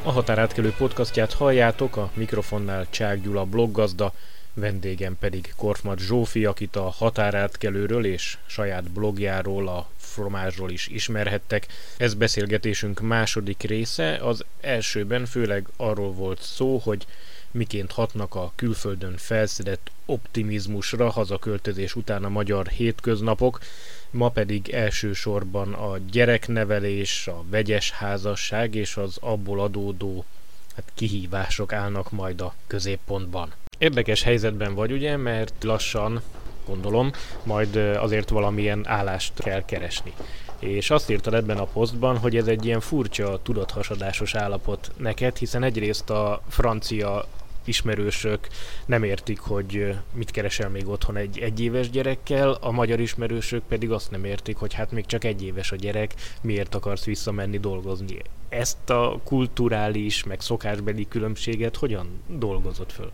A Határátkelő podcastját halljátok, a mikrofonnál Csák Gyula bloggazda, vendégem pedig Korfmat Zsófi, akit a határátkelőről és saját blogjáról, a fromázsról is ismerhettek. Ez beszélgetésünk második része, az elsőben főleg arról volt szó, hogy miként hatnak a külföldön felszedett optimizmusra hazaköltözés után a magyar hétköznapok, ma pedig elsősorban a gyereknevelés, a vegyes házasság és az abból adódó kihívások állnak majd a középpontban. Érdekes helyzetben vagy ugye, mert lassan, gondolom, majd azért valamilyen állást kell keresni. És azt írtad ebben a posztban, hogy ez egy ilyen furcsa, tudathasadásos állapot neked, hiszen egyrészt a francia ismerősök nem értik, hogy mit keresel még otthon egy egyéves gyerekkel, a magyar ismerősök pedig azt nem értik, hogy hát még csak egyéves a gyerek, miért akarsz visszamenni dolgozni. Ezt a kulturális, meg szokásbeli különbséget hogyan dolgozott föl?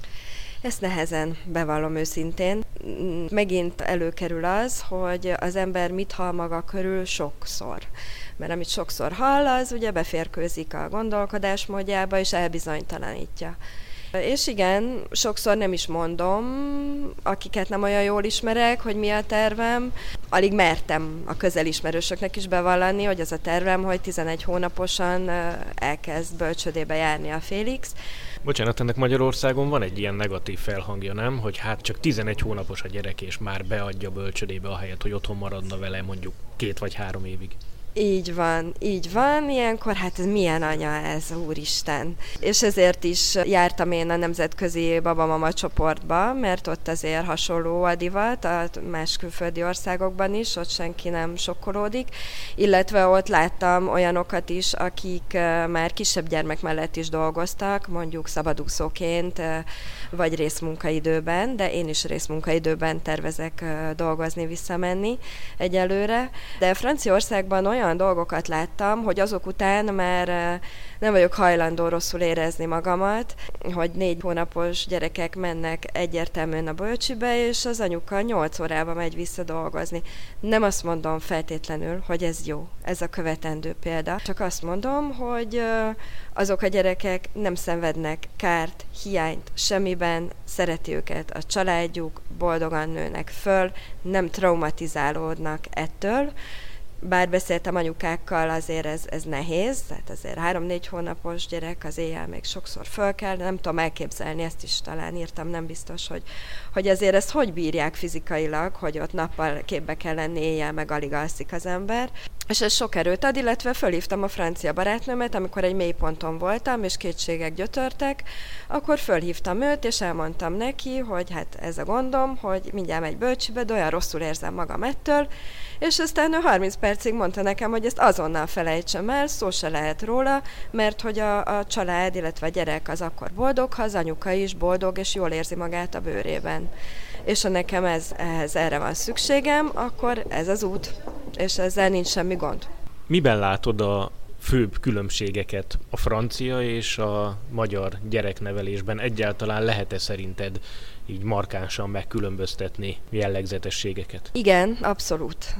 Ezt nehezen, bevallom őszintén. Megint előkerül az, hogy az ember mit hall maga körül sokszor. Mert amit sokszor hall, az ugye beférkőzik a gondolkodásmódjába, és elbizonytalanítja. És igen, sokszor nem is mondom, akiket nem olyan jól ismerek, hogy mi a tervem. Alig mertem a közelismerősöknek is bevallani, hogy az a tervem, hogy 11 hónaposan elkezd bölcsődébe járni a Félix. Bocsánat, ennek Magyarországon van egy ilyen negatív felhangja, nem? Hogy hát csak 11 hónapos a gyerek, és már beadja bölcsődébe ahelyett, hogy otthon maradna vele mondjuk 2 vagy 3 évig. Így van, ilyenkor hát ez milyen anya ez, úristen. És ezért is jártam én a nemzetközi babamama csoportba, mert ott azért hasonló a divat, a más külföldi országokban is, ott senki nem sokkolódik, illetve ott láttam olyanokat is, akik már kisebb gyermek mellett is dolgoztak, mondjuk szabadúszóként, vagy részmunkaidőben, de én is részmunkaidőben tervezek dolgozni, visszamenni egyelőre. De Franciaországban olyan dolgokat láttam, hogy azok után már nem vagyok hajlandó rosszul érezni magamat, hogy 4 hónapos gyerekek mennek egyértelműen a bölcsibe, és az anyuka 8 órába megy vissza dolgozni. Nem azt mondom feltétlenül, hogy ez jó, ez a követendő példa. Csak azt mondom, hogy azok a gyerekek nem szenvednek kárt, hiányt semmiben, szereti őket a családjuk, boldogan nőnek föl, nem traumatizálódnak ettől. Bár beszéltem anyukákkal, azért ez nehéz, tehát azért 3-4 hónapos gyerek az éjjel még sokszor föl kell, nem tudom elképzelni, ezt is talán írtam, nem biztos, hogy azért ezt hogy bírják fizikailag, hogy ott nappal képbe kell lenni, éjjel meg alig alszik az ember. És ez sok erőt ad, illetve fölhívtam a francia barátnőmet, amikor egy mélyponton voltam, és kétségek gyötörtek, akkor fölhívtam őt, és elmondtam neki, hogy hát ez a gondom, hogy mindjárt megy bölcsibe, de olyan rosszul érzem magam ettől, és aztán ő 30 percig mondta nekem, hogy ezt azonnal felejtsem el, szó se lehet róla, mert hogy a család, illetve a gyerek az akkor boldog, ha az anyuka is boldog, és jól érzi magát a bőrében. És ha nekem erre van szükségem, akkor ez az út, és ezzel nincs semmi gond. Miben látod a főbb különbségeket a francia és a magyar gyereknevelésben? Egyáltalán lehet-e szerinted így markánsan megkülönböztetni jellegzetességeket? Igen, abszolút.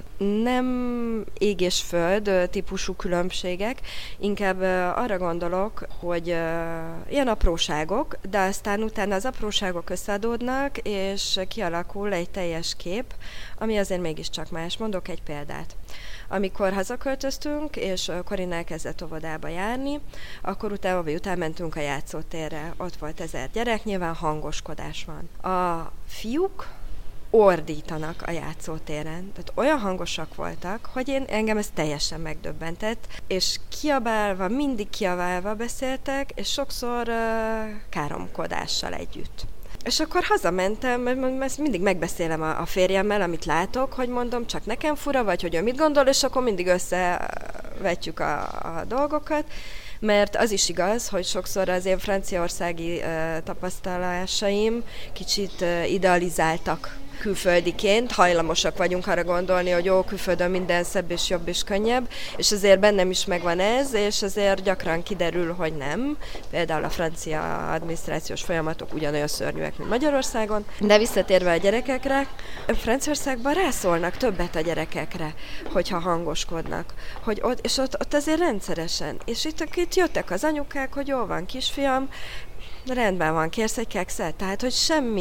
Nem ég és föld típusú különbségek, inkább arra gondolok, hogy ilyen apróságok, de aztán utána az apróságok összeadódnak, és kialakul egy teljes kép, ami azért mégiscsak más. Mondok egy példát. Amikor hazaköltöztünk, és Corinne elkezdett óvodába járni, akkor után mentünk a játszótérre. Ott volt 1000 gyerek, nyilván hangoskodás van. A fiúk ordítanak a játszótéren. Tehát olyan hangosak voltak, hogy engem ez teljesen megdöbbentett, és mindig kiabálva beszéltek, és sokszor káromkodással együtt. És akkor hazamentem, mert ezt mindig megbeszélem a férjemmel, amit látok, hogy mondom, csak nekem fura, vagy hogy ő mit gondol, és akkor mindig összevetjük a dolgokat, mert az is igaz, hogy sokszor az én franciaországi tapasztalásaim kicsit idealizáltak Külföldiként hajlamosak vagyunk arra gondolni, hogy jó, külföldön minden szebb és jobb és könnyebb, és azért bennem is megvan ez, és azért gyakran kiderül, hogy nem. Például a francia adminisztrációs folyamatok ugyanolyan szörnyűek, mint Magyarországon. De visszatérve a gyerekekre, Franciaországban rászólnak többet a gyerekekre, hogyha hangoskodnak. És ott azért rendszeresen. És itt jöttek az anyukák, hogy jól van, kisfiam, rendben van, kérsz egy kekszet? Tehát, hogy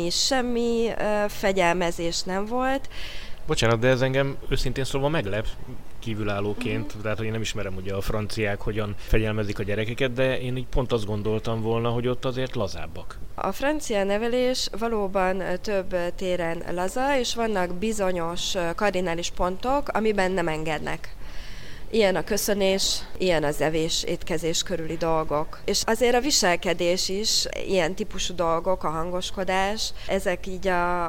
semmi fegyelmezés nem volt. Bocsánat, de ez engem őszintén szólva meglep kívülállóként, tehát hogy én nem ismerem ugye a franciák hogyan fegyelmezik a gyerekeket, de én így pont azt gondoltam volna, hogy ott azért lazábbak. A francia nevelés valóban több téren laza, és vannak bizonyos kardinális pontok, amiben nem engednek. Ilyen a köszönés, ilyen az evés, étkezés körüli dolgok. És azért a viselkedés is, ilyen típusú dolgok, a hangoskodás, ezek így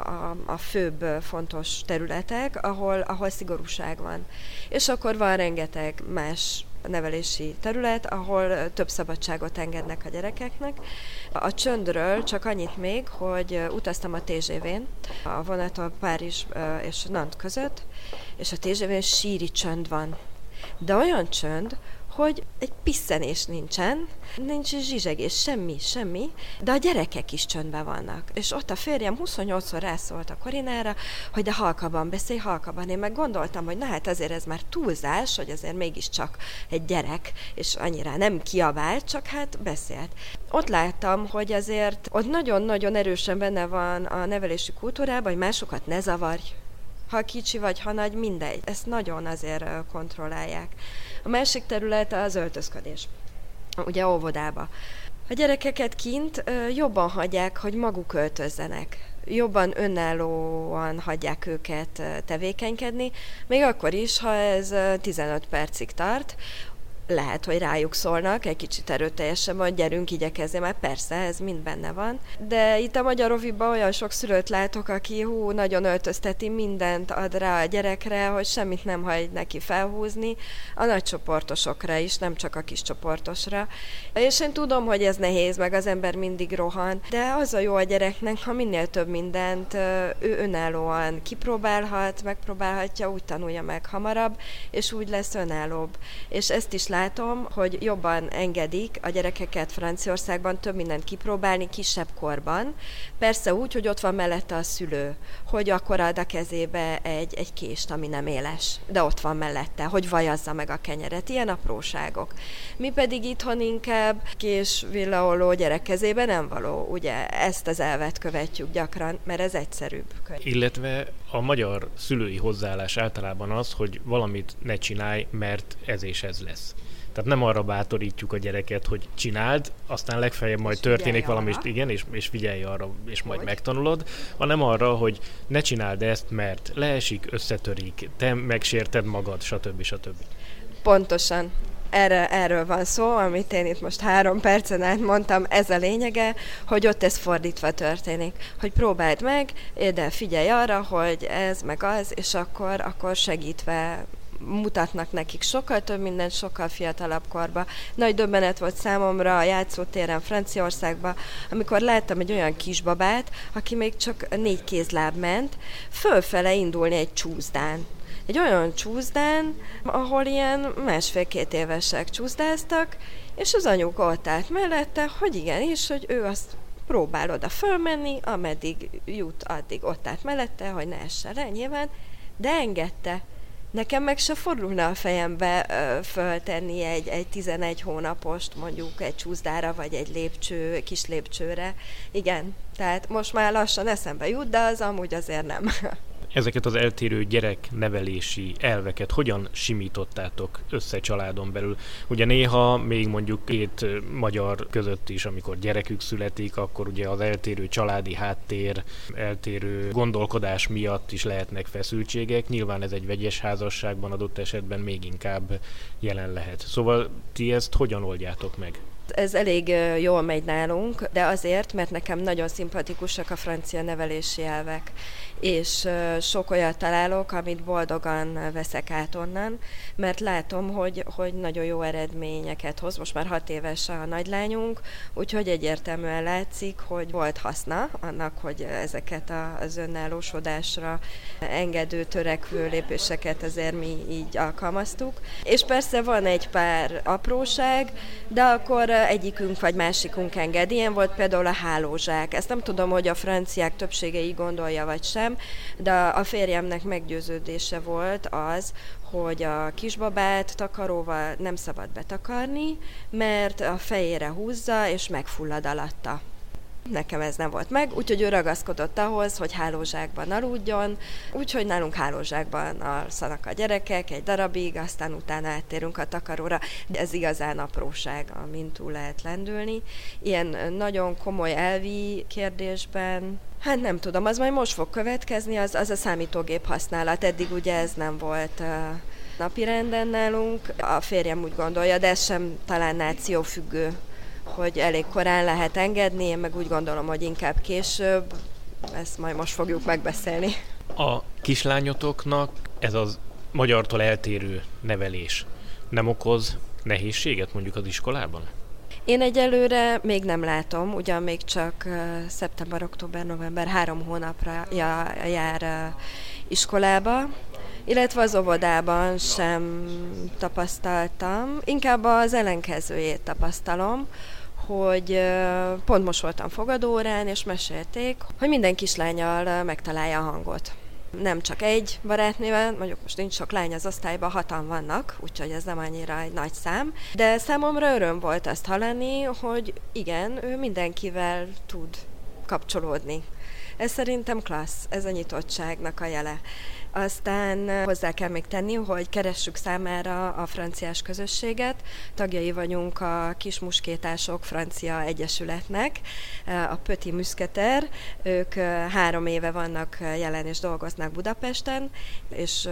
a főbb fontos területek, ahol szigorúság van. És akkor van rengeteg más nevelési terület, ahol több szabadságot engednek a gyerekeknek. A csöndről csak annyit még, hogy utaztam a TGV-n, a vonaton Párizs és Nantes között, és a TGV-n síri csönd van. De olyan csönd, hogy egy pisszenés nincsen, nincs zsizsegés, semmi, de a gyerekek is csöndben vannak. És ott a férjem 28-szor rászólt a Korinára, hogy de halkabban beszélj, halkabban. Én meg gondoltam, hogy na hát azért ez már túlzás, hogy azért mégiscsak egy gyerek, és annyira nem kiabált, csak hát beszélt. Ott láttam, hogy azért ott nagyon-nagyon erősen benne van a nevelési kultúrában, hogy másokat ne zavarj, ha kicsi vagy, ha nagy, mindegy. Ezt nagyon azért kontrollálják. A másik terület az öltözködés. Ugye óvodába. A gyerekeket kint jobban hagyják, hogy maguk öltözzenek. Jobban önállóan hagyják őket tevékenykedni, még akkor is, ha ez 15 percig tart. Lehet, hogy rájuk szólnak, egy kicsit erőteljesen, hogy gyerünk, igyekezzél, mert persze, ez mind benne van. De itt a magyar oviban olyan sok szülőt látok, aki nagyon öltözteti, mindent ad rá a gyerekre, hogy semmit nem hagy neki felhúzni, a nagycsoportosokra is, nem csak a kiscsoportosra. És én tudom, hogy ez nehéz, meg az ember mindig rohan, de az a jó a gyereknek, ha minél több mindent ő önállóan kipróbálhat, megpróbálhatja, úgy tanulja meg hamarabb, és úgy lesz önállóbb. És ezt is látom, hogy jobban engedik a gyerekeket Franciaországban több mindent kipróbálni kisebb korban. Persze úgy, hogy ott van mellette a szülő, hogy akkor ad a kezébe egy kést, ami nem éles, de ott van mellette, hogy vajazza meg a kenyeret. Ilyen apróságok. Mi pedig itthon inkább kés villaoló gyerek kezébe nem való. Ugye ezt az elvet követjük gyakran, mert ez egyszerűbb. Illetve a magyar szülői hozzáállás általában az, hogy valamit ne csinálj, mert ez és ez lesz. Tehát nem arra bátorítjuk a gyereket, hogy csináld, aztán legfeljebb majd történik valami, igen, és figyelj arra, és majd megtanulod, hanem arra, hogy ne csináld ezt, mert leesik, összetörik, te megsérted magad, stb. Pontosan. Erről van szó, amit én itt most 3 percen át mondtam, ez a lényege, hogy ott ez fordítva történik. Hogy próbáld meg, de figyelj arra, hogy ez meg az, és akkor segítve mutatnak nekik sokkal több mindent, sokkal fiatalabb korba. Nagy döbbenet volt számomra a játszótéren Franciaországban, amikor láttam egy olyan kisbabát, aki még csak 4 kézláb ment, fölfele indulni egy csúszdán. Egy olyan csúszdán, ahol ilyen 1,5-2 évesek csúszdáztak, és az anyuka ott állt mellette, hogy igenis, hogy ő azt próbál oda fölmenni, ameddig jut, addig ott állt mellette, hogy ne essen le nyilván, de engedte. Nekem meg se fordulna a fejembe föltenni egy 11 hónapost mondjuk egy csúszdára, vagy egy kis lépcsőre. Igen, tehát most már lassan eszembe jut, de az amúgy azért nem. Ezeket az eltérő gyereknevelési elveket hogyan simítottátok össze családon belül? Ugye néha még mondjuk 2 magyar között is, amikor gyerekük születik, akkor ugye az eltérő családi háttér, eltérő gondolkodás miatt is lehetnek feszültségek. Nyilván ez egy vegyes házasságban adott esetben még inkább jelen lehet. Szóval ti ezt hogyan oldjátok meg? Ez elég jól megy nálunk, de azért, mert nekem nagyon szimpatikusak a francia nevelési elvek, és sok olyat találok, amit boldogan veszek át onnan, mert látom, hogy nagyon jó eredményeket hoz. Most már 6 éves a nagylányunk, úgyhogy egyértelműen látszik, hogy volt haszna annak, hogy ezeket az önállósodásra engedő, törekvő lépéseket azért mi így alkalmaztuk. És persze van egy pár apróság, de akkor egyikünk vagy másikunk enged. Ilyen volt például a hálózsák. Ezt nem tudom, hogy a franciák többsége így gondolja vagy sem, de a férjemnek meggyőződése volt az, hogy a kisbabát takaróval nem szabad betakarni, mert a fejére húzza és megfullad alatta. Nekem ez nem volt meg, úgyhogy ő ragaszkodott ahhoz, hogy hálózsákban aludjon, úgyhogy nálunk hálózsákban alszanak a gyerekek egy darabig, aztán utána áttérünk a takaróra. Ez igazán apróság, amin túl lehet lendülni. Ilyen nagyon komoly elvi kérdésben, hát nem tudom, az majd most fog következni, az a számítógép használat. Eddig ugye ez nem volt napirenden nálunk. A férjem úgy gondolja, de ez sem talán nációfüggő, hogy elég korán lehet engedni, én meg úgy gondolom, hogy inkább később, ezt majd most fogjuk megbeszélni. A kislányotoknak ez az magyartól eltérő nevelés nem okoz nehézséget mondjuk az iskolában? Én egyelőre még nem látom, ugyan még csak szeptember, október, november 3 hónapra jár iskolába, illetve az óvodában sem tapasztaltam, inkább az ellenkezőjét tapasztalom, hogy pont most voltam fogadóórán, és mesélték, hogy minden kislánnyal megtalálja a hangot. Nem csak egy barátnővel, mondjuk most nincs sok lány az osztályban, 6-an vannak, úgyhogy ez nem annyira egy nagy szám, de számomra öröm volt azt hallani, hogy igen, ő mindenkivel tud kapcsolódni. Ez szerintem klassz, ez a nyitottságnak a jele. Aztán hozzá kell még tenni, hogy keressük számára a franciás közösséget. Tagjai vagyunk a Kis Muskétások Francia Egyesületnek, a Petit Musketer. Ők 3 éve vannak jelen és dolgoznak Budapesten, és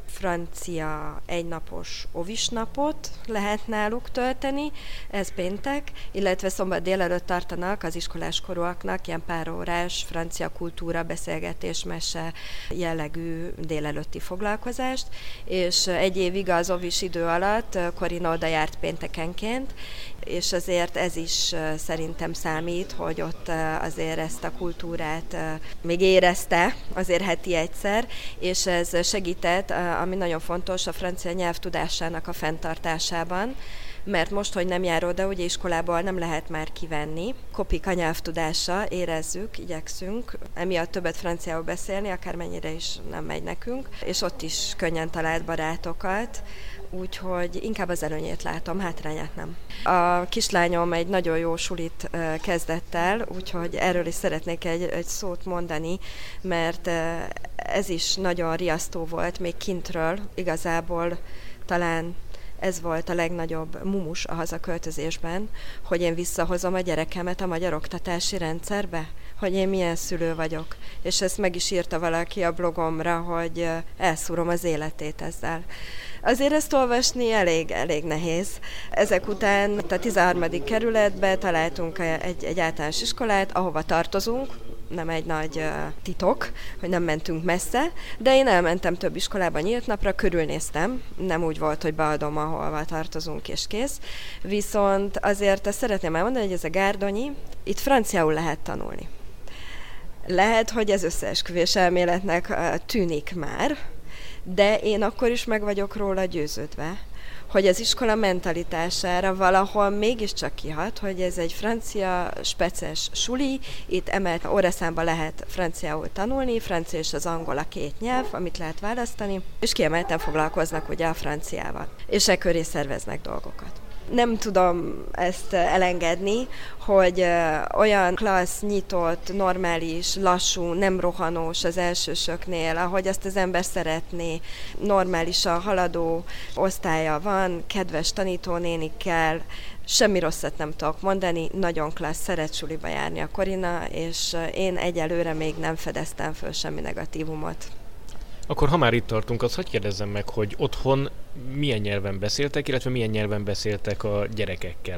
francia egynapos ovisnapot lehet náluk tölteni, ez péntek, illetve szombat délelőtt tartanak az iskoláskorúaknak ilyen párórás francia kultúra, beszélgetés, mese jellegű délelőtti foglalkozást, és egy évig az ovis idő alatt Korina oda járt péntekenként, és azért ez is szerintem számít, hogy ott azért ezt a kultúrát még érezte, azért heti egyszer, és ez segített, ami nagyon fontos, a francia nyelv tudásának a fenntartásában, mert most, hogy nem jár oda, ugye iskolából nem lehet már kivenni. Kopik a nyelvtudása, érezzük, igyekszünk, emiatt többet franciául beszélni, akármennyire is nem megy nekünk, és ott is könnyen talált barátokat, úgyhogy inkább az előnyét látom, hátrányát nem. A kislányom egy nagyon jó sulit kezdett el, úgyhogy erről is szeretnék egy szót mondani, mert ez is nagyon riasztó volt, még kintről igazából talán ez volt a legnagyobb mumus a hazaköltözésben, hogy én visszahozom a gyerekemet a magyar oktatási rendszerbe, hogy én milyen szülő vagyok. És ezt meg is írta valaki a blogomra, hogy elszúrom az életét ezzel. Azért ezt olvasni elég nehéz. Ezek után a 13. kerületben találtunk egy általános iskolát, ahova tartozunk, nem egy nagy titok, hogy nem mentünk messze, de én elmentem több iskolába nyílt napra, körülnéztem, nem úgy volt, hogy beadom, ahova tartozunk és kész. Viszont azért azt szeretném elmondani, hogy ez a Gárdonyi, itt franciául lehet tanulni. Lehet, hogy ez összeesküvés elméletnek tűnik már, de én akkor is meg vagyok róla győződve, hogy az iskola mentalitására valahol mégiscsak kihat, hogy ez egy francia speces suli, itt emelt óraszámba lehet franciául tanulni, francia és az angol a 2 nyelv, amit lehet választani, és kiemelten foglalkoznak ugye a franciával, és e köré szerveznek dolgokat. Nem tudom ezt elengedni, hogy olyan klassz, nyitott, normális, lassú, nem rohanós az elsősöknél, ahogy azt az ember szeretné, normálisan haladó osztálya van, kedves tanítónénikkel, semmi rosszat nem tudok mondani, nagyon klassz, szeret suliba járni a Korina, és én egyelőre még nem fedeztem föl semmi negatívumot. Akkor ha már itt tartunk, azt hadd kérdezzem meg, hogy otthon milyen nyelven beszéltek, illetve milyen nyelven beszéltek a gyerekekkel?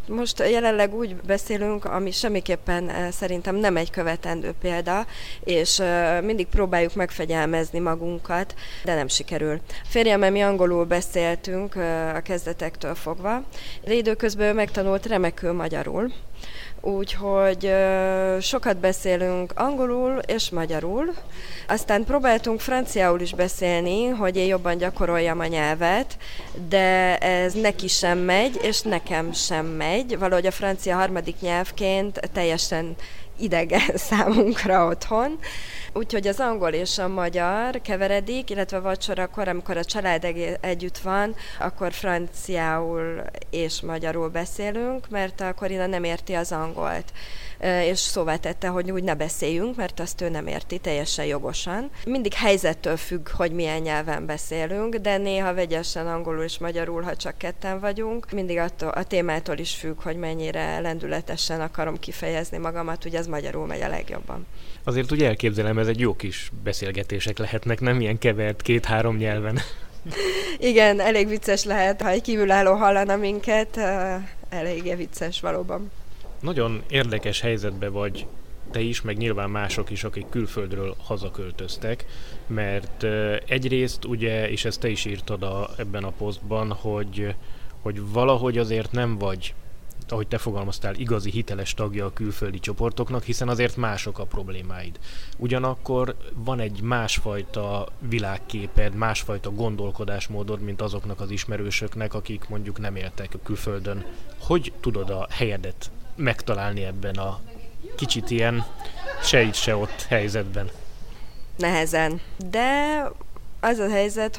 Most jelenleg úgy beszélünk, ami semmiképpen szerintem nem egy követendő példa, és mindig próbáljuk megfegyelmezni magunkat, de nem sikerül. Férjemmel mi angolul beszéltünk a kezdetektől fogva, de időközben megtanult remekül magyarul, úgyhogy sokat beszélünk angolul és magyarul. Aztán próbáltunk franciául is beszélni, hogy én jobban gyakoroljam a nyelvet, de ez neki sem megy, és nekem sem megy. Valahogy a francia harmadik nyelvként teljesen idegen számunkra otthon. Úgyhogy az angol és a magyar keveredik, illetve vacsorakor, amikor a család együtt van, akkor franciául és magyarul beszélünk, mert a Corina nem érti az angolt. És szóvá tette, hogy úgy ne beszéljünk, mert azt ő nem érti teljesen jogosan. Mindig helyzettől függ, hogy milyen nyelven beszélünk, de néha vegyesen angolul és magyarul, ha csak ketten vagyunk. Mindig a témától is függ, hogy mennyire lendületesen akarom kifejezni magamat, ugye ez magyarul megy a legjobban. Azért úgy elképzelem, ez egy jó kis beszélgetések lehetnek, nem ilyen kevert 2-3 nyelven. Igen, elég vicces lehet, ha egy kívülálló hallana minket, eléggé vicces valóban. Nagyon érdekes helyzetben vagy te is, meg nyilván mások is, akik külföldről hazaköltöztek, mert egyrészt ugye, és ezt te is írtad ebben a posztban, hogy valahogy azért nem vagy, ahogy te fogalmaztál, igazi hiteles tagja a külföldi csoportoknak, hiszen azért mások a problémáid. Ugyanakkor van egy másfajta világképed, másfajta gondolkodásmódod, mint azoknak az ismerősöknek, akik mondjuk nem éltek külföldön. Hogy tudod a helyedet megtalálni ebben a kicsit ilyen se itt, se ott helyzetben? Nehezen. De az a helyzet,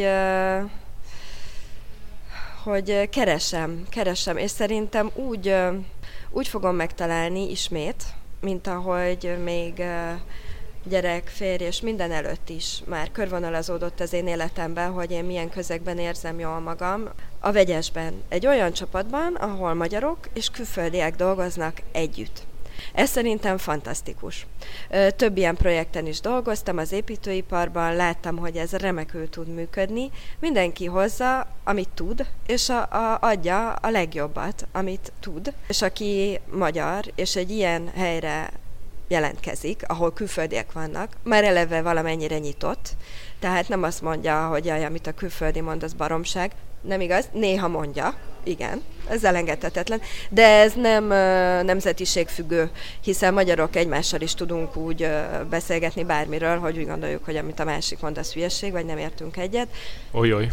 hogy keresem, és szerintem úgy fogom megtalálni ismét, mint ahogy még gyerek, férj és minden előtt is már körvonalazódott az én életemben, hogy én milyen közegben érzem jól magam. A Vegyesben, egy olyan csapatban, ahol magyarok és külföldiek dolgoznak együtt. Ez szerintem fantasztikus. Több ilyen projekten is dolgoztam az építőiparban, láttam, hogy ez remekül tud működni. Mindenki hozza, amit tud, és adja a legjobbat, amit tud. És aki magyar, és egy ilyen helyre jelentkezik, ahol külföldiek vannak, már eleve valamennyire nyitott, tehát nem azt mondja, hogy jaj, amit a külföldi mond, az baromság. Nem igaz? Néha mondja, igen, ez elengedhetetlen, de ez nem nemzetiségfüggő, hiszen magyarok egymással is tudunk úgy beszélgetni bármiről, hogy úgy gondoljuk, hogy amit a másik mond, az hülyeség, vagy nem értünk egyet. Olyoj.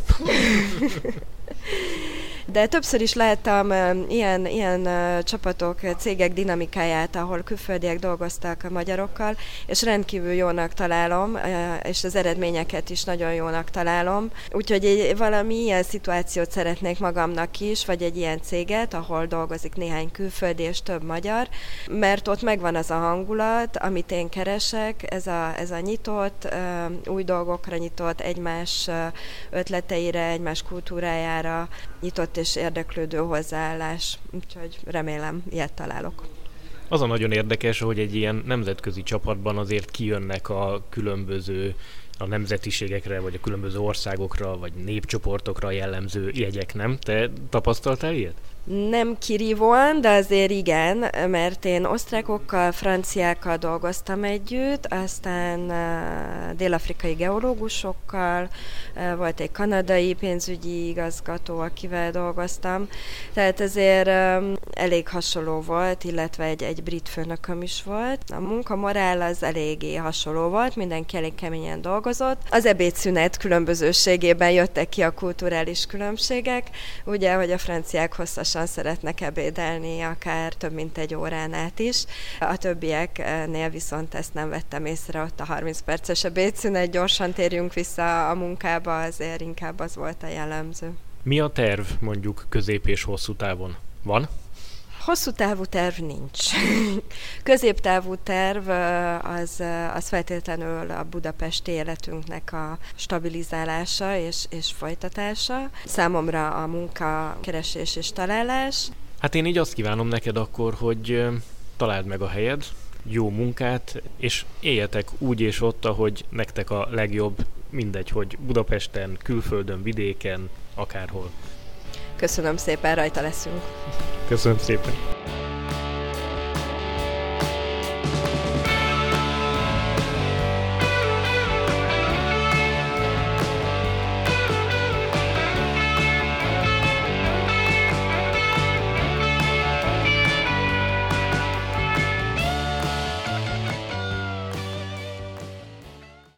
De többször is láttam ilyen csapatok, cégek dinamikáját, ahol külföldiek dolgoztak a magyarokkal, és rendkívül jónak találom, és az eredményeket is nagyon jónak találom. Úgyhogy valami ilyen szituációt szeretnék magamnak is, vagy egy ilyen céget, ahol dolgozik néhány külföldi és több magyar, mert ott megvan az a hangulat, amit én keresek, ez a nyitott, új dolgokra nyitott, egymás ötleteire, egymás kultúrájára nyitott és érdeklődő hozzáállás. Úgyhogy remélem, ilyet találok. Az a nagyon érdekes, hogy egy ilyen nemzetközi csapatban azért kijönnek a különböző a nemzetiségekre, vagy a különböző országokra, vagy népcsoportokra jellemző jegyek, nem? Te tapasztaltál ilyet? Nem kirívóan, de azért igen, mert én osztrákokkal, franciákkal dolgoztam együtt, aztán dél-afrikai geológusokkal, volt egy kanadai pénzügyi igazgató, akivel dolgoztam, tehát ezért elég hasonló volt, illetve egy brit főnököm is volt. A munkamorál az eléggé hasonló volt, mindenki elég keményen dolgozott. Az ebédszünet különbözőségében jöttek ki a kulturális különbségek, ugye, hogy a franciák hosszasan szeretnek ebédelni, akár több mint egy órán át is. A többieknél viszont ezt nem vettem észre, ott a 30 perces ebédszünet, gyorsan térjünk vissza a munkába, azért inkább az volt a jellemző. Mi a terv mondjuk közép és hosszú távon? Van? Hosszú távú terv nincs. Középtávú terv az feltétlenül a budapesti életünknek a stabilizálása és folytatása. Számomra a munkakeresés és találás. Hát én így azt kívánom neked akkor, hogy találd meg a helyed, jó munkát, és éljetek úgy és ott, ahogy nektek a legjobb, mindegy, hogy Budapesten, külföldön, vidéken, akárhol. Köszönöm szépen, rajta leszünk. Köszönöm szépen.